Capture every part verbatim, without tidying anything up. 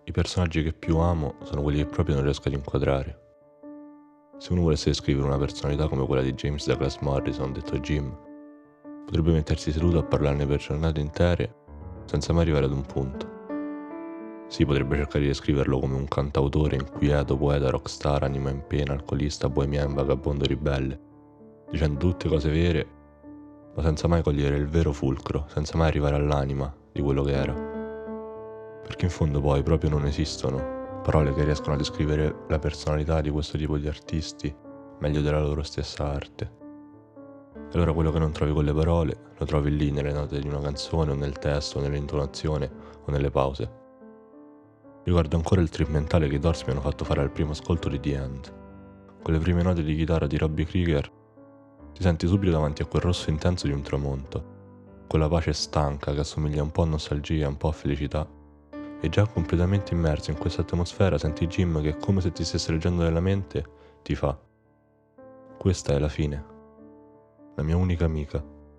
i personaggi che più amo sono quelli che proprio non riesco ad inquadrare. Se uno volesse descrivere una personalità come quella di James Douglas Morrison, detto Jim, potrebbe mettersi seduto a parlarne per giornate intere senza mai arrivare ad un punto. Si potrebbe cercare di descriverlo come un cantautore inquieto, poeta, rockstar, anima in pena, alcolista, bohemian, vagabondo, ribelle, dicendo tutte cose vere, ma senza mai cogliere il vero fulcro, senza mai arrivare all'anima di quello che era. Perché in fondo poi proprio non esistono parole che riescono a descrivere la personalità di questo tipo di artisti meglio della loro stessa arte. E allora quello che non trovi con le parole lo trovi lì nelle note di una canzone o nel testo, o nell'intonazione o nelle pause. Ricordo ancora il trip mentale che i Doors mi hanno fatto fare al primo ascolto di The End. Con le prime note di chitarra di Robbie Krieger ti senti subito davanti a quel rosso intenso di un tramonto, quella pace stanca che assomiglia un po' a nostalgia, un po' a felicità, e già completamente immerso in questa atmosfera senti Jim che, come se ti stesse leggendo nella mente, ti fa: questa è la fine, la mia unica amica.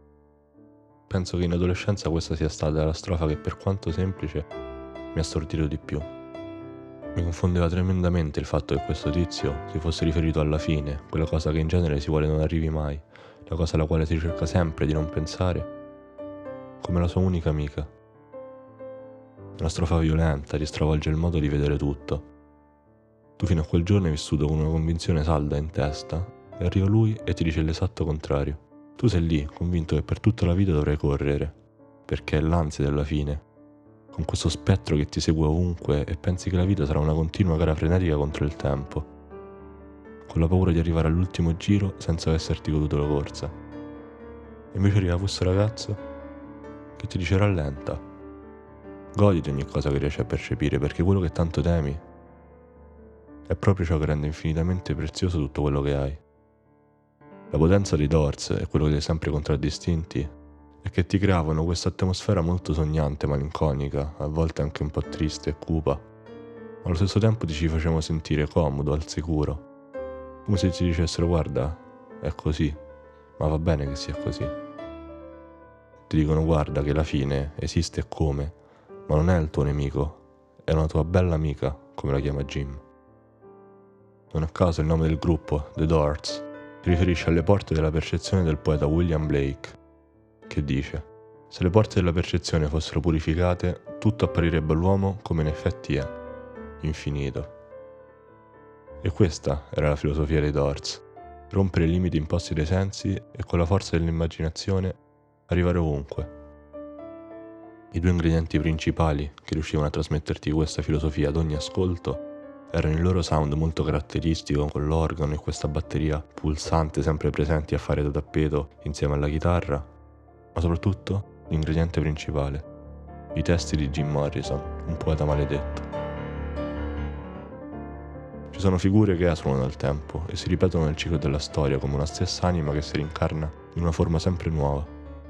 Penso che in adolescenza questa sia stata la strofa che, per quanto semplice, mi ha stordito di più. Mi confondeva tremendamente il fatto che questo tizio si fosse riferito alla fine, quella cosa che in genere si vuole non arrivi mai, la cosa alla quale si cerca sempre di non pensare, come la sua unica amica. Una strofa violenta ti stravolge il modo di vedere tutto. Tu fino a quel giorno hai vissuto con una convinzione salda in testa e arriva lui e ti dice l'esatto contrario. Tu sei lì, convinto che per tutta la vita dovrai correre, perché è l'ansia della fine, con questo spettro che ti segue ovunque e pensi che la vita sarà una continua gara frenetica contro il tempo, con la paura di arrivare all'ultimo giro senza esserti goduto la corsa. E invece arriva questo ragazzo che ti dice: rallenta, goditi ogni cosa che riesci a percepire, perché quello che tanto temi è proprio ciò che rende infinitamente prezioso tutto quello che hai. La potenza dei Doors e quello che li ha sempre contraddistinti è che ti creavano questa atmosfera molto sognante, malinconica, a volte anche un po' triste e cupa, ma allo stesso tempo ti ci facevano sentire comodo, al sicuro, come se ti dicessero: guarda, è così, ma va bene che sia così. Ti dicono: guarda che la fine esiste e come, ma non è il tuo nemico, è una tua bella amica, come la chiama Jim. Non a caso il nome del gruppo, The Doors, si riferisce alle porte della percezione del poeta William Blake, che dice: se le porte della percezione fossero purificate, tutto apparirebbe all'uomo come in effetti è, infinito. E questa era la filosofia dei Doors: rompere i limiti imposti dai sensi e con la forza dell'immaginazione arrivare ovunque. I due ingredienti principali che riuscivano a trasmetterti questa filosofia ad ogni ascolto erano il loro sound molto caratteristico, con l'organo e questa batteria pulsante sempre presenti a fare da tappeto insieme alla chitarra, ma soprattutto l'ingrediente principale: i testi di Jim Morrison, un poeta maledetto. Ci sono figure che esulano dal tempo e si ripetono nel ciclo della storia come una stessa anima che si rincarna in una forma sempre nuova.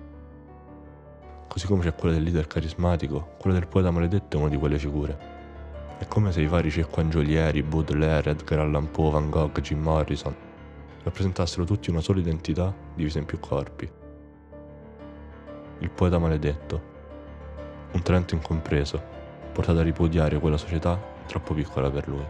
Così come c'è quella del leader carismatico, quella del poeta maledetto è una di quelle figure. È come se i vari Cecco Angiolieri, Baudelaire, Edgar Allan Poe, Van Gogh, Jim Morrison rappresentassero tutti una sola identità divisa in più corpi. Il poeta maledetto, un talento incompreso, portato a ripudiare quella società troppo piccola per lui.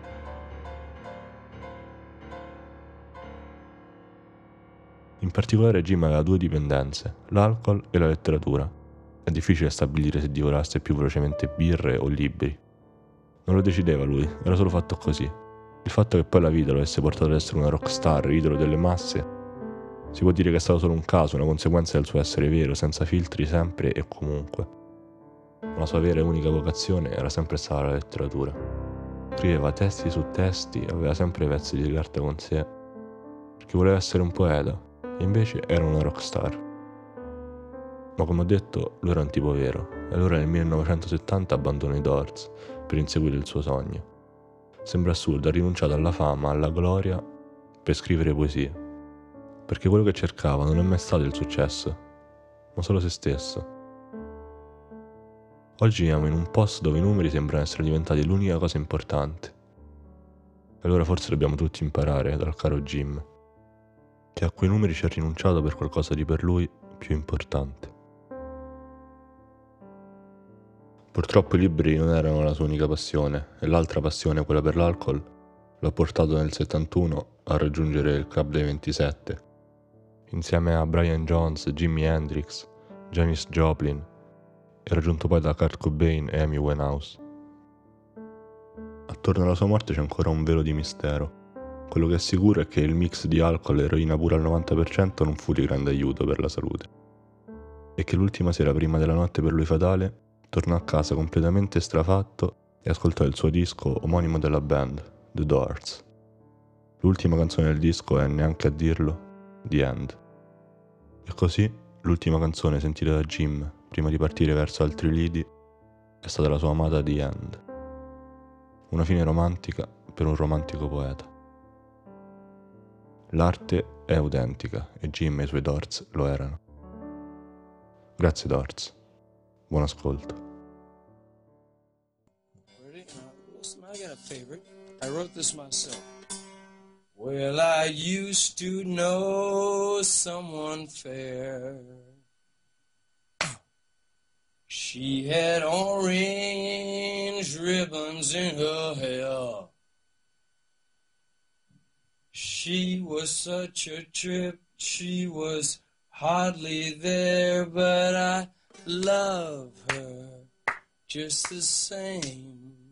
In particolare Jim aveva due dipendenze, l'alcol e la letteratura. È difficile stabilire se divorasse più velocemente birre o libri. Non lo decideva lui, era solo fatto così. Il fatto che poi la vita lo avesse portato ad essere una rockstar, idolo delle masse, si può dire che è stato solo un caso, una conseguenza del suo essere vero, senza filtri, sempre e comunque. Ma la sua vera e unica vocazione era sempre stata la letteratura. Scriveva testi su testi, aveva sempre pezzi di carta con sé, perché voleva essere un poeta, e invece era una rockstar. Ma come ho detto, lui era un tipo vero, e allora nel millenovecentosettanta abbandona i Doors per inseguire il suo sogno. Sembra assurdo, ha rinunciato alla fama, alla gloria, per scrivere poesie, perché quello che cercava non è mai stato il successo, ma solo se stesso. Oggi viviamo in un posto dove i numeri sembrano essere diventati l'unica cosa importante. E allora forse dobbiamo tutti imparare dal caro Jim, che a quei numeri ci ha rinunciato per qualcosa di per lui più importante. Purtroppo i libri non erano la sua unica passione e l'altra passione, quella per l'alcol, l'ha portato nel settantuno a raggiungere il Club dei ventisette, insieme a Brian Jones, Jimi Hendrix, Janis Joplin e raggiunto poi da Kurt Cobain e Amy Winehouse. Attorno alla sua morte c'è ancora un velo di mistero. Quello che è sicuro è che il mix di alcol e eroina pura al novanta per cento non fu di grande aiuto per la salute e che l'ultima sera prima della notte per lui fatale tornò a casa completamente strafatto e ascoltò il suo disco omonimo della band, The Doors. L'ultima canzone del disco è, neanche a dirlo, The End. E così l'ultima canzone sentita da Jim prima di partire verso altri lidi è stata la sua amata The End. Una fine romantica per un romantico poeta. L'arte è autentica e Jim e i suoi Doors lo erano. Grazie Doors. Buon ascolto. I got a favorite. I wrote this myself. Well, I used to know someone fair. She had orange ribbons in her hair. She was such a trip, she was hardly there, but I love her just the same.